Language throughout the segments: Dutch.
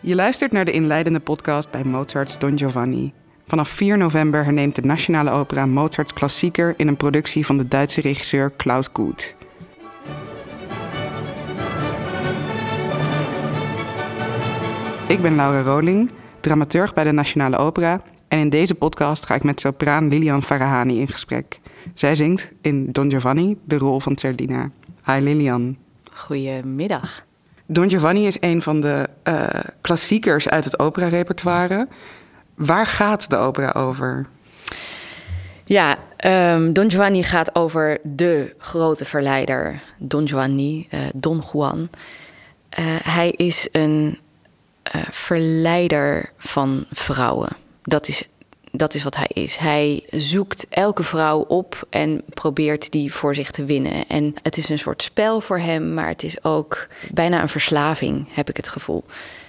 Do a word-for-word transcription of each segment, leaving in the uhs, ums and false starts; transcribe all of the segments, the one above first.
Je luistert naar de inleidende podcast bij Mozart's Don Giovanni. Vanaf vier november herneemt de Nationale Opera Mozart's klassieker in een productie van de Duitse regisseur Klaus Guth. Ik ben Laura Roling, dramaturg bij de Nationale Opera, en in deze podcast ga ik met sopraan Lilian Farahani in gesprek. Zij zingt in Don Giovanni de rol van Zerlina. Hi Lilian. Goedemiddag. Don Giovanni is een van de uh, klassiekers uit het operarepertoire. Waar gaat de opera over? Ja, um, Don Giovanni gaat over de grote verleider Don Giovanni, uh, Don Juan. Uh, hij is een uh, verleider van vrouwen. Dat is, dat is wat hij is. Hij zoekt elke vrouw op en probeert die voor zich te winnen. En het is een soort spel voor hem, maar het is ook bijna een verslaving, heb ik het gevoel.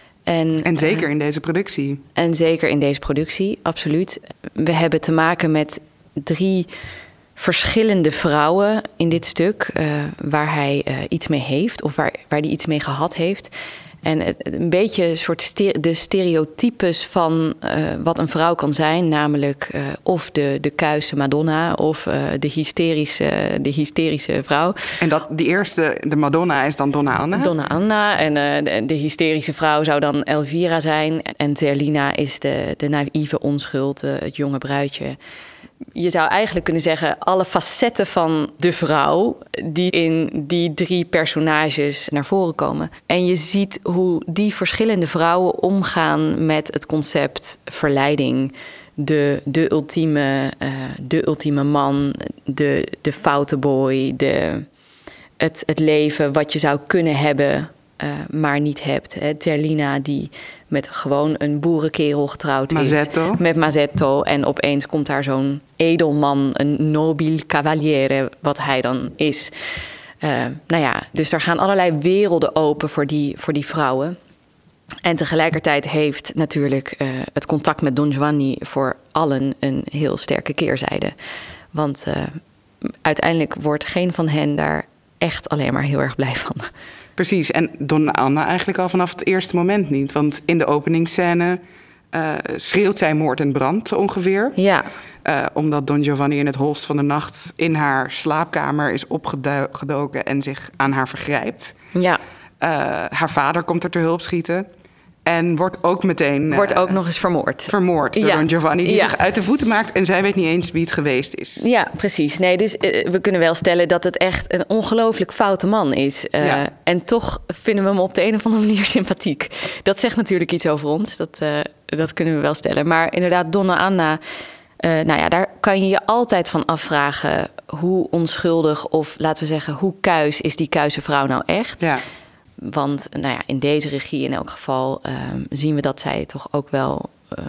En, en zeker in deze productie. En zeker in deze productie, absoluut. We hebben te maken met drie verschillende vrouwen in dit stuk, Uh, waar hij uh, iets mee heeft of waar, waar hij iets mee gehad heeft. En het, een beetje een soort ster- de stereotypes van uh, wat een vrouw kan zijn. Namelijk uh, of de, de kuise Madonna of uh, de, hysterische, de hysterische vrouw. En dat, die eerste, de Madonna, is dan Donna Anna? Donna Anna. En uh, de, de hysterische vrouw zou dan Elvira zijn. En Zerlina is de, de naïeve onschuld, uh, het jonge bruidje. Je zou eigenlijk kunnen zeggen, alle facetten van de vrouw die in die drie personages naar voren komen. En je ziet hoe die verschillende vrouwen omgaan met het concept verleiding. De, de, ultieme, uh, de ultieme man, de, de foute boy, de, het, het leven wat je zou kunnen hebben, uh, maar niet hebt. Hè. Zerlina die met gewoon een boerenkerel getrouwd Masetto. is. Met Masetto. En opeens komt daar zo'n edelman, een nobile cavaliere, wat hij dan is. Uh, nou ja, dus er gaan allerlei werelden open voor die, voor die vrouwen. En tegelijkertijd heeft natuurlijk uh, het contact met Don Giovanni voor allen een heel sterke keerzijde. Want uh, uiteindelijk wordt geen van hen daar echt alleen maar heel erg blij van. Precies, en Donna Anna eigenlijk al vanaf het eerste moment niet. Want in de openingsscène uh, schreeuwt zij moord en brand ongeveer. Ja. Uh, omdat Don Giovanni in het holst van de nacht in haar slaapkamer is opgedoken en zich aan haar vergrijpt. Ja. Uh, haar vader komt er te hulp schieten. En wordt ook meteen Uh, wordt ook nog eens vermoord. Vermoord door ja. Don Giovanni, die ja. zich uit de voeten maakt. En zij weet niet eens wie het geweest is. Ja, precies. Nee, dus uh, we kunnen wel stellen dat het echt een ongelooflijk foute man is. Uh, ja. En toch vinden we hem op de een of andere manier sympathiek. Dat zegt natuurlijk iets over ons. Dat, uh, dat kunnen we wel stellen. Maar inderdaad, Donna Anna, Uh, nou ja, daar kan je je altijd van afvragen hoe onschuldig of laten we zeggen hoe kuis is die kuise vrouw nou echt. Ja. Want nou ja, in deze regie in elk geval uh, zien we dat zij toch ook wel uh,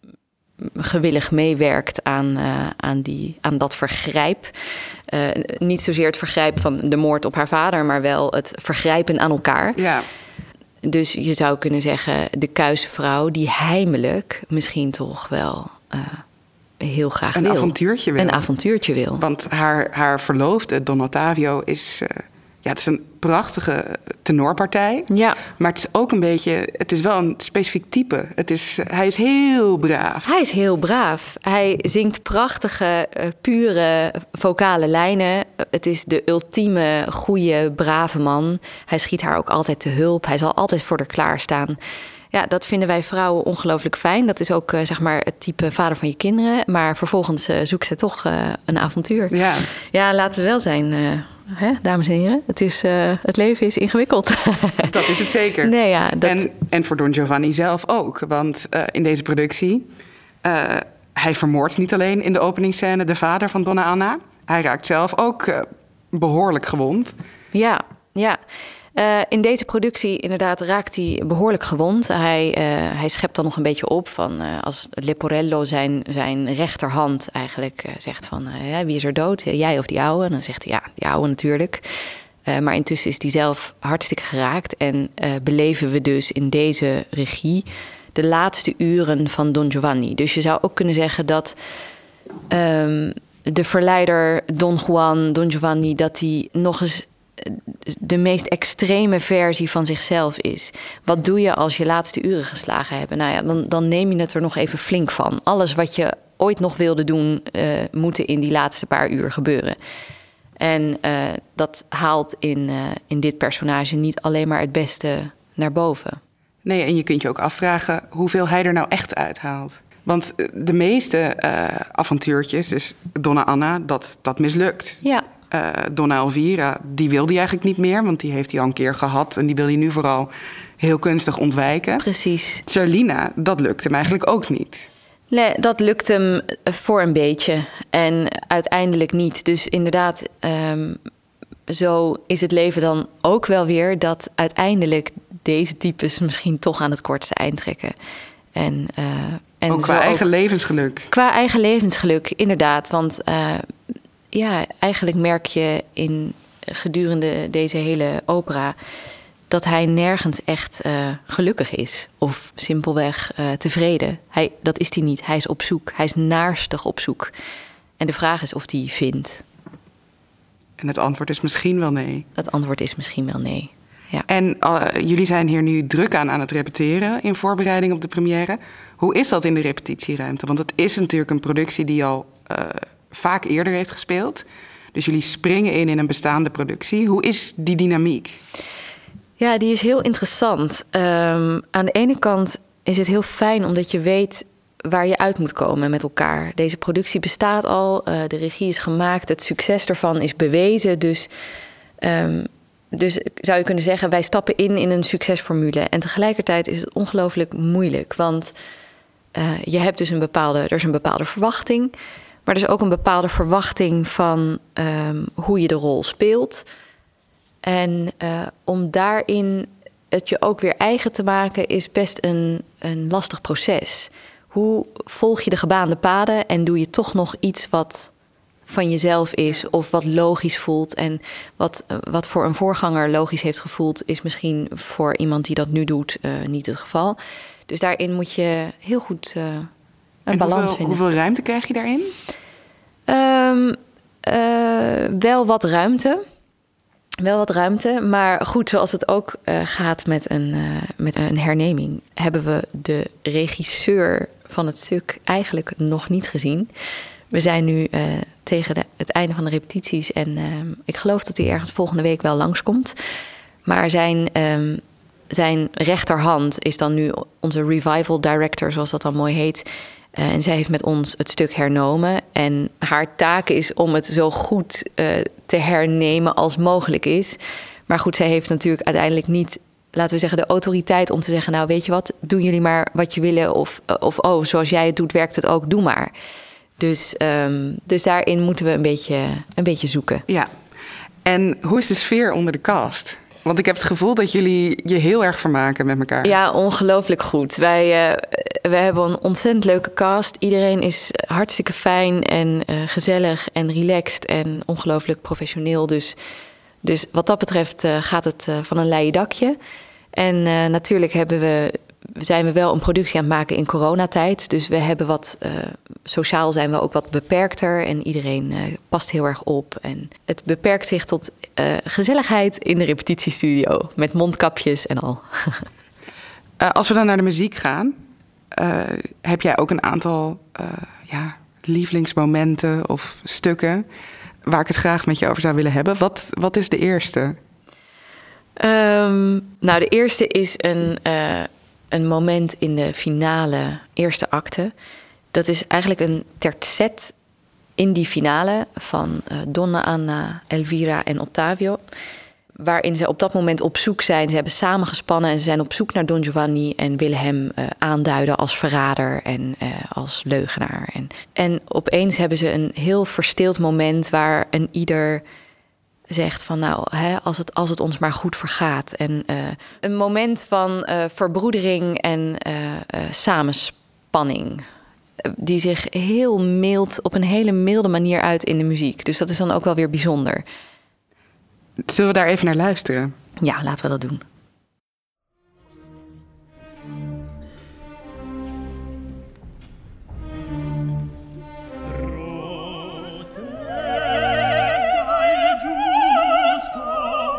gewillig meewerkt aan, uh, aan, die, aan dat vergrijp. Uh, niet zozeer het vergrijp van de moord op haar vader, maar wel het vergrijpen aan elkaar. Ja. Dus je zou kunnen zeggen, de kuise vrouw die heimelijk misschien toch wel Uh, heel graag een wil. avontuurtje wil. Een avontuurtje wil. Want haar, haar verloofde, Don Ottavio, is, uh, ja, het is een prachtige tenorpartij. Ja. Maar het is ook een beetje, het is wel een specifiek type. Het is, uh, hij is heel braaf. Hij is heel braaf. Hij zingt prachtige, uh, pure vocale lijnen. Het is de ultieme, goede, brave man. Hij schiet haar ook altijd te hulp. Hij zal altijd voor haar klaarstaan. Ja, dat vinden wij vrouwen ongelooflijk fijn. Dat is ook uh, zeg maar het type vader van je kinderen. Maar vervolgens uh, zoekt ze toch uh, een avontuur. Ja. Ja, laten we wel zijn, uh, hè, dames en heren. Het, is, uh, het leven is ingewikkeld. Dat is het zeker. Nee, ja, dat... en, en voor Don Giovanni zelf ook. Want uh, in deze productie, uh, hij vermoordt niet alleen in de openingsscène de vader van Donna Anna. Hij raakt zelf ook uh, behoorlijk gewond. Ja, ja. Uh, in deze productie inderdaad raakt hij behoorlijk gewond. Hij, uh, hij schept dan nog een beetje op van uh, als Leporello zijn, zijn rechterhand eigenlijk uh, zegt van uh, ja, wie is er dood? Jij of die ouwe? En dan zegt hij ja, die ouwe natuurlijk. Uh, maar intussen is hij zelf hartstikke geraakt en uh, beleven we dus in deze regie de laatste uren van Don Giovanni. Dus je zou ook kunnen zeggen dat Um, de verleider Don Juan, Don Giovanni, dat hij nog eens de meest extreme versie van zichzelf is. Wat doe je als je laatste uren geslagen hebben? Nou ja, dan, dan neem je het er nog even flink van. Alles wat je ooit nog wilde doen, uh, moet in die laatste paar uur gebeuren. En uh, dat haalt in, uh, in dit personage niet alleen maar het beste naar boven. Nee, en je kunt je ook afvragen hoeveel hij er nou echt uithaalt. Want de meeste uh, avontuurtjes, dus Donna Anna, dat, dat mislukt. Ja. Uh, Donna Elvira, die wil hij eigenlijk niet meer, want die heeft hij al een keer gehad. En die wil hij nu vooral heel kunstig ontwijken. Precies. Zerlina, dat lukt hem eigenlijk ook niet. Nee, dat lukt hem voor een beetje. En uiteindelijk niet. Dus inderdaad, um, zo is het leven dan ook wel weer dat uiteindelijk deze types misschien toch aan het kortste eind trekken. En, uh, en ook qua eigen ook, levensgeluk. Qua eigen levensgeluk, inderdaad. Want uh, ja, eigenlijk merk je in gedurende deze hele opera dat hij nergens echt uh, gelukkig is. Of simpelweg uh, tevreden. Hij, dat is hij niet. Hij is op zoek. Hij is naarstig op zoek. En de vraag is of hij vindt. En het antwoord is misschien wel nee. Het antwoord is misschien wel nee. Ja. En uh, jullie zijn hier nu druk aan aan het repeteren in voorbereiding op de première. Hoe is dat in de repetitieruimte? Want het is natuurlijk een productie die al uh, vaak eerder heeft gespeeld. Dus jullie springen in in een bestaande productie. Hoe is die dynamiek? Ja, die is heel interessant. Um, aan de ene kant is het heel fijn omdat je weet waar je uit moet komen met elkaar. Deze productie bestaat al, uh, de regie is gemaakt, het succes ervan is bewezen. Dus, um, dus zou je kunnen zeggen, wij stappen in in een succesformule. En tegelijkertijd is het ongelooflijk moeilijk. Want uh, je hebt dus een bepaalde, er is een bepaalde verwachting. Maar er is ook een bepaalde verwachting van um, hoe je de rol speelt. En uh, om daarin het je ook weer eigen te maken is best een, een lastig proces. Hoe volg je de gebaande paden en doe je toch nog iets wat van jezelf is of wat logisch voelt? En wat, wat voor een voorganger logisch heeft gevoeld, is misschien voor iemand die dat nu doet uh, niet het geval. Dus daarin moet je heel goed uh, een en balans hoeveel, vinden. Hoeveel ruimte krijg je daarin? Um, uh, wel wat ruimte. Wel wat ruimte, maar goed, zoals het ook uh, gaat met een, uh, met een herneming, hebben we de regisseur van het stuk eigenlijk nog niet gezien. We zijn nu uh, tegen de, het einde van de repetities en uh, ik geloof dat hij ergens volgende week wel langskomt. Maar zijn, um, zijn rechterhand is dan nu onze revival director, zoals dat dan mooi heet. Uh, en zij heeft met ons het stuk hernomen. En haar taak is om het zo goed uh, te hernemen als mogelijk is. Maar goed, zij heeft natuurlijk uiteindelijk niet, laten we zeggen, de autoriteit om te zeggen, nou weet je wat, doen jullie maar wat je willen. Of, of oh, zoals jij het doet, werkt het ook, doe maar. Dus, um, dus daarin moeten we een beetje, een beetje zoeken. Ja, en hoe is de sfeer onder de cast? Want ik heb het gevoel dat jullie je heel erg vermaken met elkaar. Ja, ongelooflijk goed. Wij, uh, wij hebben een ontzettend leuke cast. Iedereen is hartstikke fijn en uh, gezellig en relaxed en ongelooflijk professioneel. Dus, dus wat dat betreft uh, gaat het uh, van een leien dakje. En uh, natuurlijk hebben we, zijn we wel een productie aan het maken in coronatijd. Dus we hebben wat, uh, sociaal zijn we ook wat beperkter. En iedereen uh, past heel erg op. En het beperkt zich tot uh, gezelligheid in de repetitiestudio. Met mondkapjes en al. uh, als we dan naar de muziek gaan, uh, heb jij ook een aantal uh, ja, lievelingsmomenten of stukken waar ik het graag met je over zou willen hebben. Wat, wat is de eerste? Um, nou, de eerste is een, uh, een moment in de finale eerste acte. Dat is eigenlijk een tertzet in die finale van uh, Donna Anna, Elvira en Ottavio. Waarin ze op dat moment op zoek zijn. Ze hebben samengespannen en ze zijn op zoek naar Don Giovanni en willen hem uh, aanduiden als verrader en uh, als leugenaar. En, en opeens hebben ze een heel verstild moment waar een ieder zegt van nou, hè, als, het, als het ons maar goed vergaat. En uh, een moment van uh, verbroedering en uh, uh, samenspanning. Die zich heel mild, op een hele milde manier uit in de muziek. Dus dat is dan ook wel weer bijzonder. Zullen we daar even naar luisteren? Ja, laten we dat doen. Giusto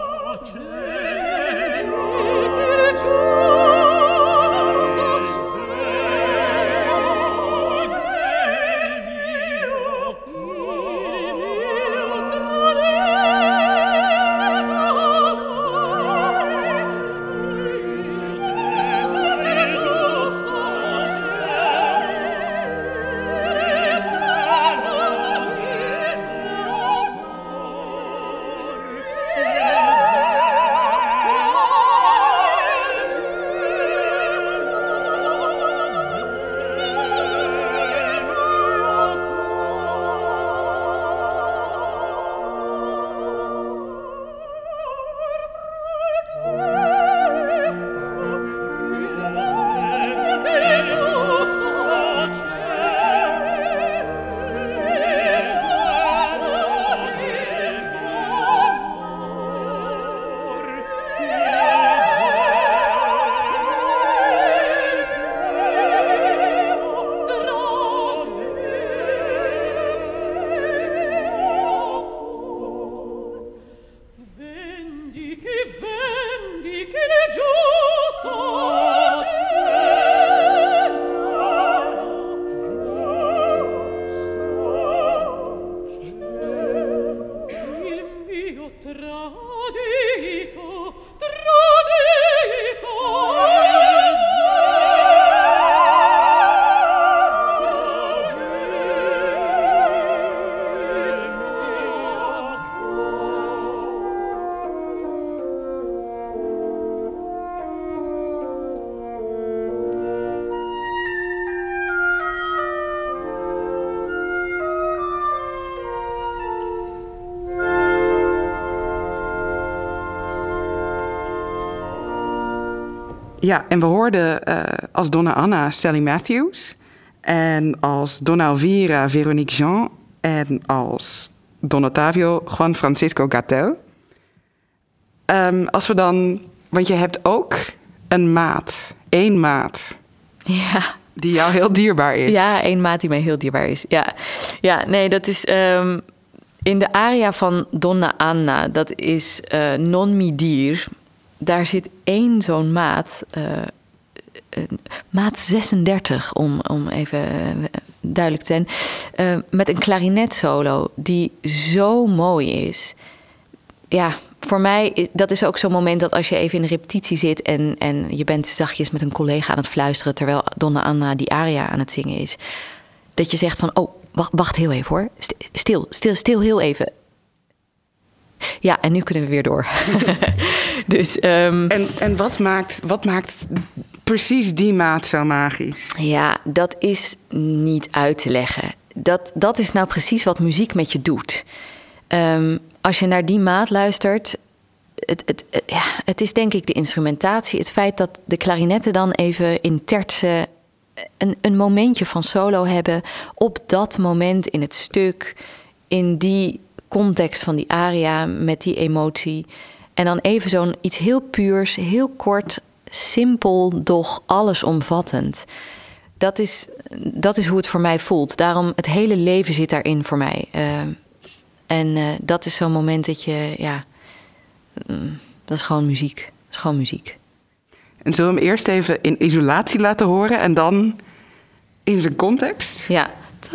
Ja, en we hoorden uh, als Donna Anna Sally Matthews. En als Donna Elvira Veronique Jean. En als Don Ottavio Juan Francisco Gatell. Um, als we dan... Want je hebt ook een maat. Eén maat. Ja. Die jou heel dierbaar is. Ja, één maat die mij heel dierbaar is. Ja, ja nee, dat is... Um, in de aria van Donna Anna, dat is uh, Non mi dir. Daar zit één zo'n maat... Uh, uh, maat zesendertig, om, om even uh, duidelijk te zijn. Uh, met een klarinetsolo die zo mooi is. Ja, voor mij, is, dat is ook zo'n moment dat als je even in de repetitie zit... en, en je bent zachtjes met een collega aan het fluisteren... terwijl Donna Anna die aria aan het zingen is... dat je zegt van, oh, wacht, wacht heel even hoor. Stil, stil, stil heel even. Ja, en nu kunnen we weer door. dus, um... en, en wat maakt, wat maakt precies die maat zo magisch? Ja, dat is niet uit te leggen. Dat, dat is nou precies wat muziek met je doet. Um, als je naar die maat luistert... Het, het, het, ja, het is denk ik de instrumentatie. Het feit dat de klarinetten dan even in tertsen... Een, een momentje van solo hebben... op dat moment in het stuk... in die context van die aria... met die emotie... en dan even zo'n iets heel puurs... heel kort, simpel, doch allesomvattend. Dat is, dat is hoe het voor mij voelt. Daarom, het hele leven zit daarin voor mij... Uh, En uh, dat is zo'n moment dat je, ja, mm, dat is gewoon muziek. Dat is gewoon muziek. En zullen we hem eerst even in isolatie laten horen en dan in zijn context? Ja.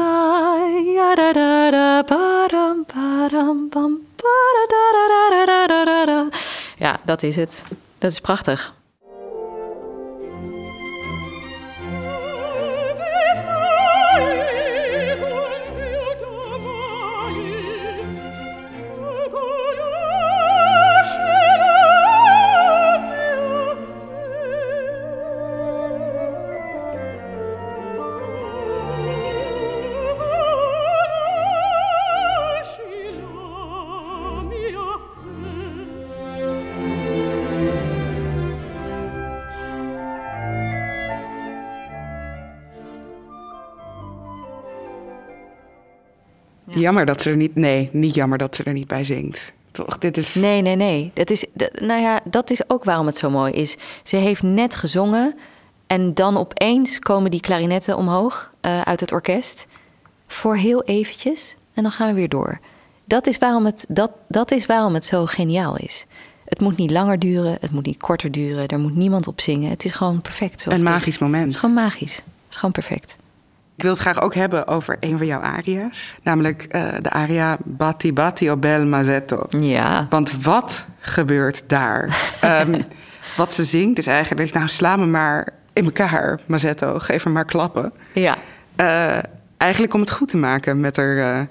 Ja, dat is het. Dat is prachtig. Jammer dat ze er niet... Nee, niet jammer dat ze er niet bij zingt. Toch, dit is... Nee, nee, nee. Dat is, dat, nou ja, dat is ook waarom het zo mooi is. Ze heeft net gezongen... en dan opeens komen die klarinetten omhoog... Uh, uit het orkest. Voor heel eventjes. En dan gaan we weer door. Dat is waarom het, dat, dat is waarom het zo geniaal is. Het moet niet langer duren. Het moet niet korter duren. Er moet niemand op zingen. Het is gewoon perfect zoals Een het magisch is. moment. Het is gewoon magisch. Het is gewoon perfect. Ik wil het graag ook hebben over een van jouw aria's. Namelijk uh, de aria Batti Batti o bel mazzetto. Ja. Want wat gebeurt daar? um, wat ze zingt is eigenlijk... nou, sla me maar in elkaar, mazzetto. Geef er maar klappen. Ja. Uh, eigenlijk om het goed te maken met haar... Uh,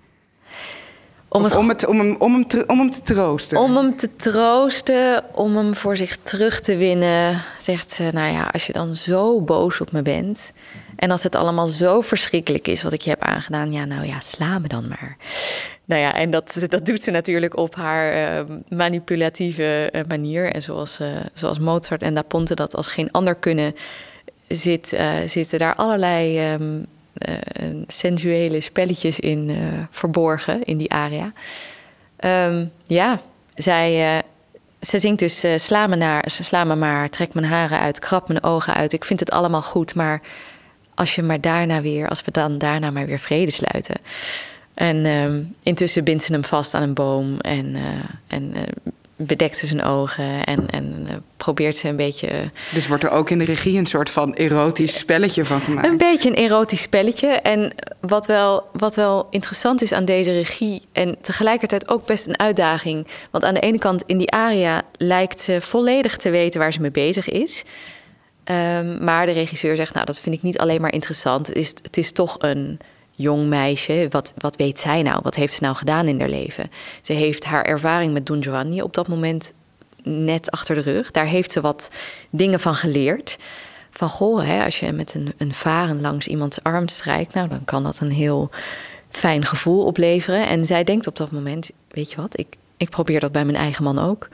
om, het, om, het, om, hem, om, hem te, om hem te troosten. Om hem te troosten, om hem voor zich terug te winnen. Zegt ze, nou ja, als je dan zo boos op me bent... en als het allemaal zo verschrikkelijk is wat ik je heb aangedaan... ja, nou ja, sla me dan maar. Nou ja, en dat, dat doet ze natuurlijk op haar uh, manipulatieve uh, manier. En zoals, uh, zoals Mozart en Da Ponte dat als geen ander kunnen... Zit, uh, zitten daar allerlei um, uh, sensuele spelletjes in uh, verborgen in die aria. Um, ja, zij... Uh, Ze zingt dus, uh, sla, me naar, sla me maar, trek mijn haren uit, krap mijn ogen uit. Ik vind het allemaal goed, maar als je maar daarna weer, als we dan daarna maar weer vrede sluiten. En um, intussen bindt ze hem vast aan een boom en, uh, en uh, bedekt ze zijn ogen en, en uh, probeert ze een beetje... Uh, dus wordt er ook in de regie een soort van erotisch spelletje van gemaakt? Een beetje een erotisch spelletje. En wat wel, wat wel interessant is aan deze regie... en tegelijkertijd ook best een uitdaging... want aan de ene kant in die aria lijkt ze volledig te weten waar ze mee bezig is... Um, maar de regisseur zegt, nou, dat vind ik niet alleen maar interessant. Het is, het is toch een jong meisje. Wat, wat weet zij nou? Wat heeft ze nou gedaan in haar leven? Ze heeft haar ervaring met Don Giovanni op dat moment net achter de rug. Daar heeft ze wat dingen van geleerd. Van, goh, hè, als je met een, een varen langs iemands arm strijkt... nou, dan kan dat een heel fijn gevoel opleveren. En zij denkt op dat moment, weet je wat, ik, ik probeer dat bij mijn eigen man ook...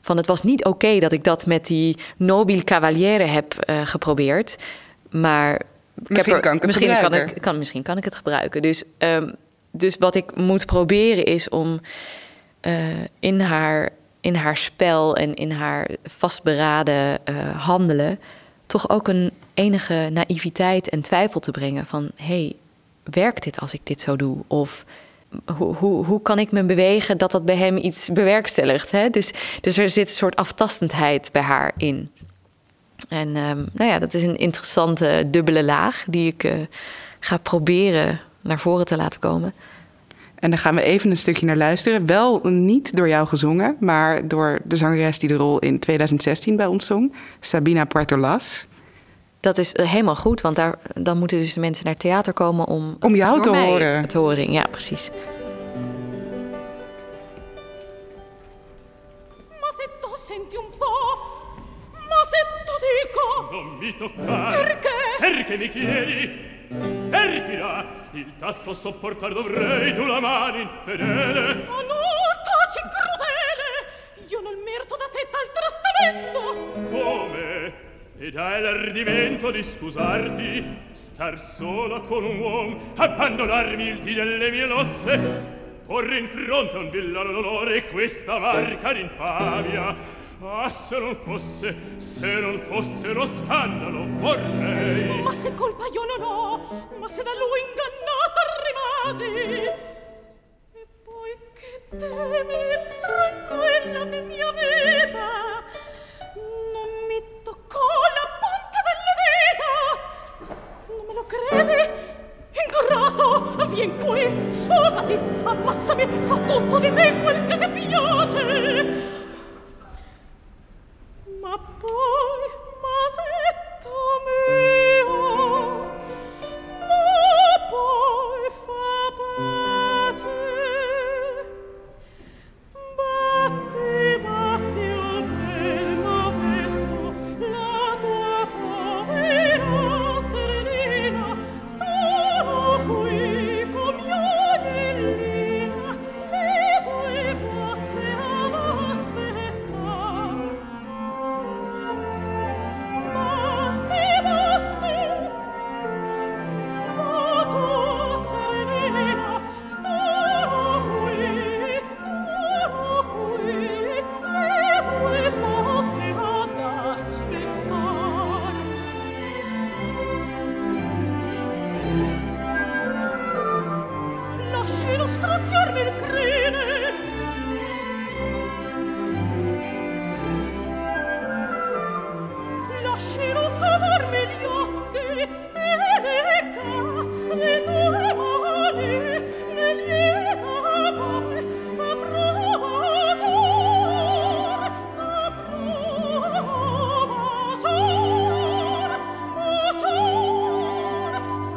van het was niet oké okay dat ik dat met die Nobile Cavaliere heb uh, geprobeerd. Maar misschien ik heb er, kan ik het misschien gebruiken. Kan ik, kan, misschien kan ik het gebruiken. Dus, um, dus wat ik moet proberen is om uh, in, haar, in haar spel en in haar vastberaden uh, handelen toch ook een enige naïviteit en twijfel te brengen van hey, werkt dit als ik dit zo doe? Of hoe, hoe, hoe kan ik me bewegen dat dat bij hem iets bewerkstelligt? Hè? Dus, dus er zit een soort aftastendheid bij haar in. En um, nou ja, dat is een interessante dubbele laag die ik uh, ga proberen naar voren te laten komen. En daar gaan we even een stukje naar luisteren. Wel niet door jou gezongen, maar door de zangeres die de rol in twintig zestien bij ons zong, Sabina Puertolas. Dat is helemaal goed, want daar, dan moeten dus de mensen naar het theater komen om... Om jou te horen. Het, te horen, ja, precies. Ma se tu senti un po', ma se tu dico... Non mi toccare. Perché? Perché mi chiedi? Perfida, il tatto sopportar dovrei, tu la mano infedele. Oh no, taci crudele, io non merito da te tal trattamento. Come? Ed hai l'ardimento di scusarti, star sola con un uomo, abbandonarmi il dì delle mie nozze, porre in fronte a un villano d'onore questa marca d'infamia. Ah, se non fosse, se non fosse lo scandalo, vorrei. Ma se colpa io non ho, ma se da lui ingannata rimasi. E poi che temi, tranquilla di mia vita, non mi toccò la punta delle dita. Non me lo credi? Ingrato, vien qui, sfogati, ammazzami, fa tutto di me quel che ti piace. Ma poi, masetto mio, ma poi fa pace. Batti, batti, oh bel masetto, la tua povera serenina, stavo qui con mia agnellina, le tue botte ad aspettare. Lascialo straziarmi il crine. Lascialo cavarmi gli occhi e lecca le tue mani, le lieta poi saprò baciar, saprò baciar, baciar,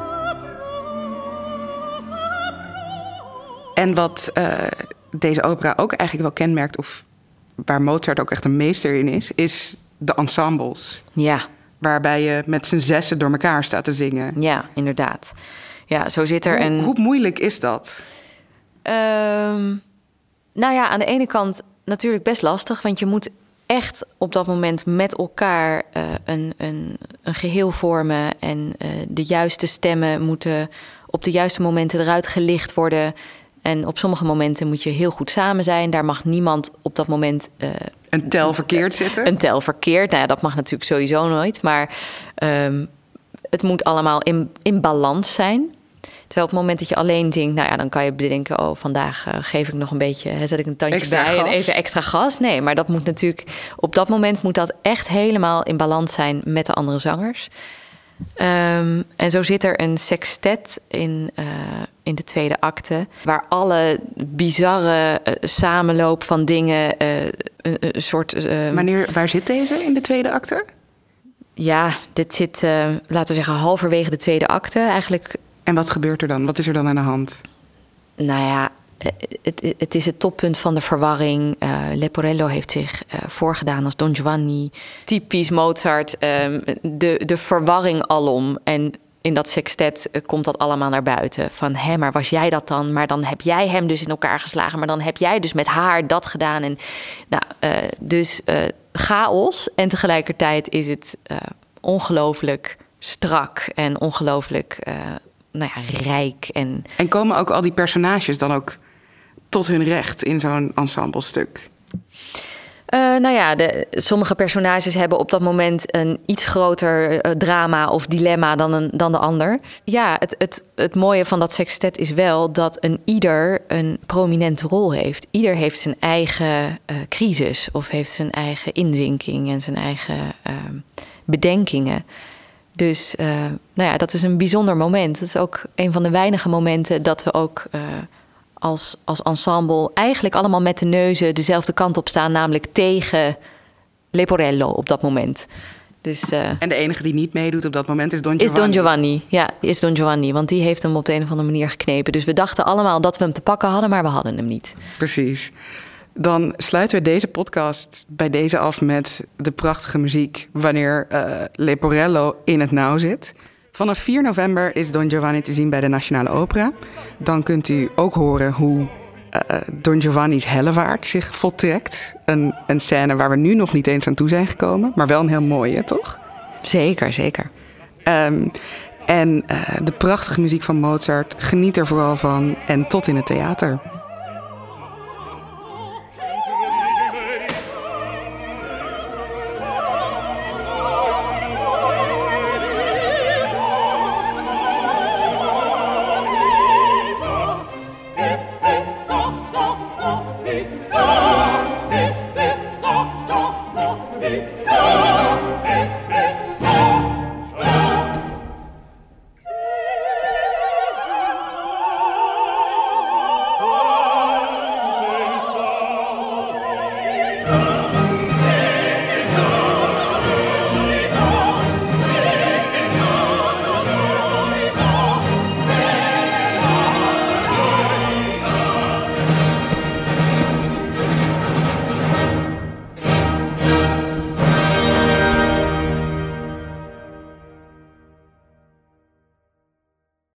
saprò, saprò. En wat uh, deze opera ook eigenlijk wel kenmerkt, of waar Mozart ook echt een meester in is, is de ensembles. Ja. Waarbij je met z'n zessen door elkaar staat te zingen. Ja, inderdaad. Ja, zo zit er hoe, een... Hoe moeilijk is dat? Um, nou ja, aan de ene kant natuurlijk best lastig, want je moet echt op dat moment met elkaar uh, een, een, een geheel vormen en uh, de juiste stemmen moeten op de juiste momenten eruit gelicht worden. En op sommige momenten moet je heel goed samen zijn. Daar mag niemand op dat moment... Uh, een tel verkeerd zitten? Een tel verkeerd. Nou ja, dat mag natuurlijk sowieso nooit. Maar um, het moet allemaal in, in balans zijn. Terwijl op het moment dat je alleen zingt... nou ja, dan kan je bedenken... oh, vandaag uh, geef ik nog een beetje... Hè, zet ik een tandje extra bij gas. En even extra gas. Nee, maar dat moet natuurlijk... op dat moment moet dat echt helemaal in balans zijn... met de andere zangers. Um, en zo zit er een sextet in... Uh, in de tweede acte, waar alle bizarre uh, samenloop van dingen... Uh, een, een soort... Uh, Wanneer, waar zit deze in de tweede acte? Ja, dit zit, uh, laten we zeggen, halverwege de tweede acte eigenlijk. En wat gebeurt er dan? Wat is er dan aan de hand? Nou ja, het, het is het toppunt van de verwarring. Uh, Leporello heeft zich uh, voorgedaan als Don Giovanni. Typisch Mozart, uh, de, de verwarring alom. En in dat sextet uh, komt dat allemaal naar buiten. Van, hé, maar was jij dat dan? Maar dan heb jij hem dus in elkaar geslagen. Maar dan heb jij dus met haar dat gedaan. En, nou, uh, dus uh, chaos. En tegelijkertijd is het uh, ongelooflijk strak en ongelooflijk uh, nou ja, rijk. En... en komen ook al die personages dan ook tot hun recht in zo'n ensemblestuk? Uh, nou ja, de, sommige personages hebben op dat moment een iets groter uh, drama of dilemma dan, een, dan de ander. Ja, het, het, het mooie van dat sextet is wel dat een ieder een prominente rol heeft. Ieder heeft zijn eigen uh, crisis of heeft zijn eigen inzinking en zijn eigen uh, bedenkingen. Dus uh, nou ja, dat is een bijzonder moment. Dat is ook een van de weinige momenten dat we ook... Uh, Als, als ensemble eigenlijk allemaal met de neuzen dezelfde kant op staan, namelijk tegen Leporello op dat moment. Dus, uh, en de enige die niet meedoet op dat moment is Don Giovanni. Is Don Giovanni, ja, is Don Giovanni. Want die heeft hem op de een of andere manier geknepen. Dus we dachten allemaal dat we hem te pakken hadden, maar we hadden hem niet. Precies. Dan sluiten we deze podcast bij deze af met de prachtige muziek wanneer uh, Leporello in het nauw zit. Vanaf vier november is Don Giovanni te zien bij de Nationale Opera. Dan kunt u ook horen hoe uh, Don Giovanni's Hellevaart zich voltrekt. Een, een scène waar we nu nog niet eens aan toe zijn gekomen, maar wel een heel mooie, toch? Zeker, zeker. Um, en uh, de prachtige muziek van Mozart, geniet er vooral van en tot in het theater.